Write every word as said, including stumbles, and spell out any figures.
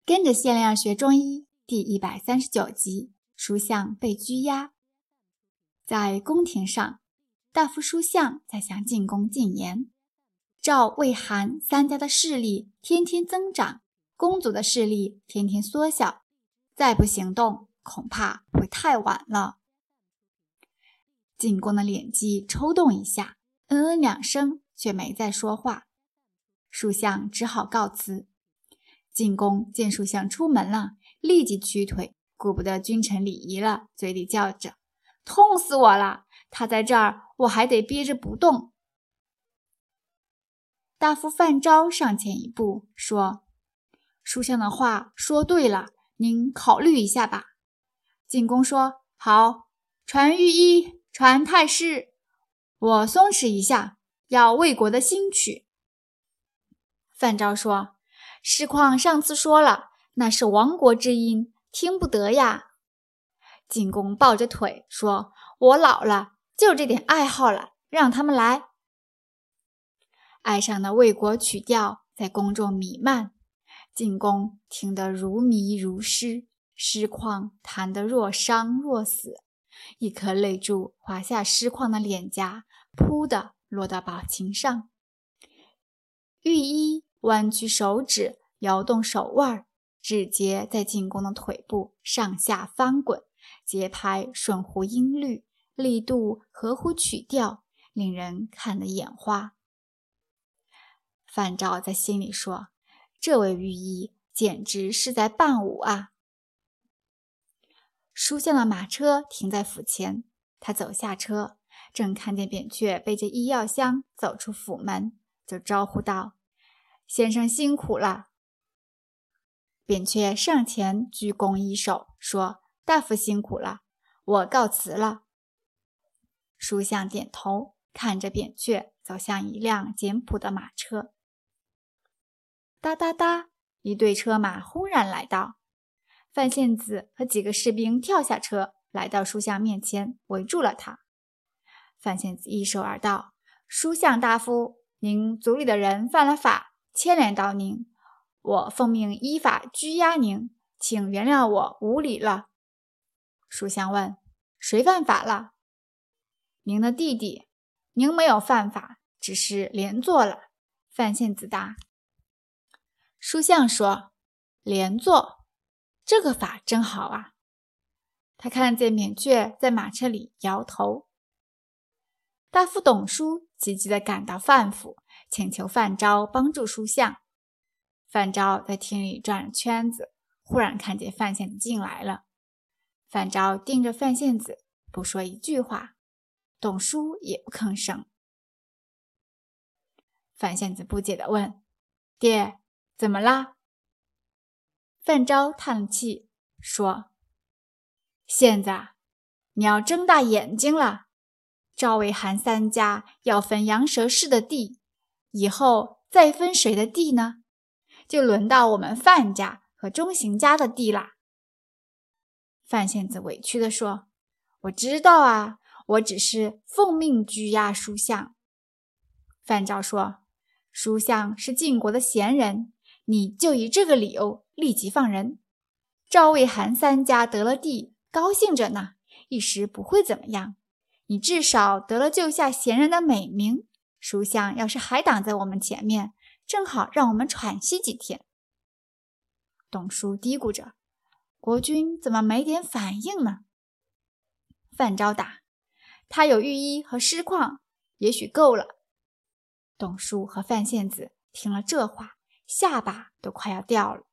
跟着谢灵儿学中医第一百三十九集，书相被拘押。在宫廷上，大夫书相在向进宫进言，赵、魏、韩三家的势力天天增长，公族的势力天天缩小，再不行动，恐怕会太晚了。进宫的脸肌抽动一下，嗯嗯两声，却没再说话。书相只好告辞。进宫见书相出门了，立即屈腿，顾不得君臣礼仪了，嘴里叫着：痛死我了！他在这儿，我还得憋着不动。大夫范昭上前一步说：书相的话说对了，您考虑一下吧。进宫说：好，传御医，传太师。我松弛一下，要魏国的新曲。范昭说：师旷上次说了，那是亡国之音，听不得呀。进宫抱着腿说：我老了，就这点爱好了，让他们来。爱上的魏国曲调在宫中弥漫，进宫听得如迷如失，师旷弹得若伤若死，一颗泪珠滑下师旷的脸颊，噗地落到宝琴上。御医弯曲手指，摇动手腕，指节在进宫的腿部上下翻滚，节拍顺乎音律，力度合乎曲调，令人看得眼花。范昭在心里说：这位御医简直是在伴舞啊。书相的马车停在府前，他走下车，正看见扁鹊背着医药箱走出府门，就招呼道：先生辛苦了。扁鹊上前鞠躬一首，说：大夫辛苦了，我告辞了。书相点头，看着扁鹊走向一辆简朴的马车。哒哒哒，一队车马轰然来到。范献子和几个士兵跳下车，来到书相面前，围住了他。范献子一手而道：书相大夫，您族里的人犯了法，牵连到您，我奉命依法拘押您，请原谅我无礼了。书相问：谁犯法了？您的弟弟。您没有犯法，只是连坐了。范献子答。书相说：连坐，这个法真好啊。他看见扁鹊在马车里摇头。大夫董叔急急地赶到范府，请求范昭帮助书相。范昭在厅里转了圈子，忽然看见范献子进来了。范昭盯着范献子，不说一句话，董叔也不吭声。范献子不解地问：爹，怎么啦？范昭叹了气说：现在你要睁大眼睛了，赵、魏、韩三家要分羊舌氏的地，以后再分谁的地呢？就轮到我们范家和中行家的地啦。范献子委屈地说：我知道啊，我只是奉命拘押书相。范昭说：书相是晋国的贤人，你就以这个理由立即放人。赵、魏、韩三家得了地，高兴着呢，一时不会怎么样。你至少得了救下贤人的美名，书相要是还挡在我们前面，正好让我们喘息几天。董叔嘀咕着：国君怎么没点反应呢？范昭答：他有御医和师旷，也许够了。董叔和范献子听了这话，下巴都快要掉了。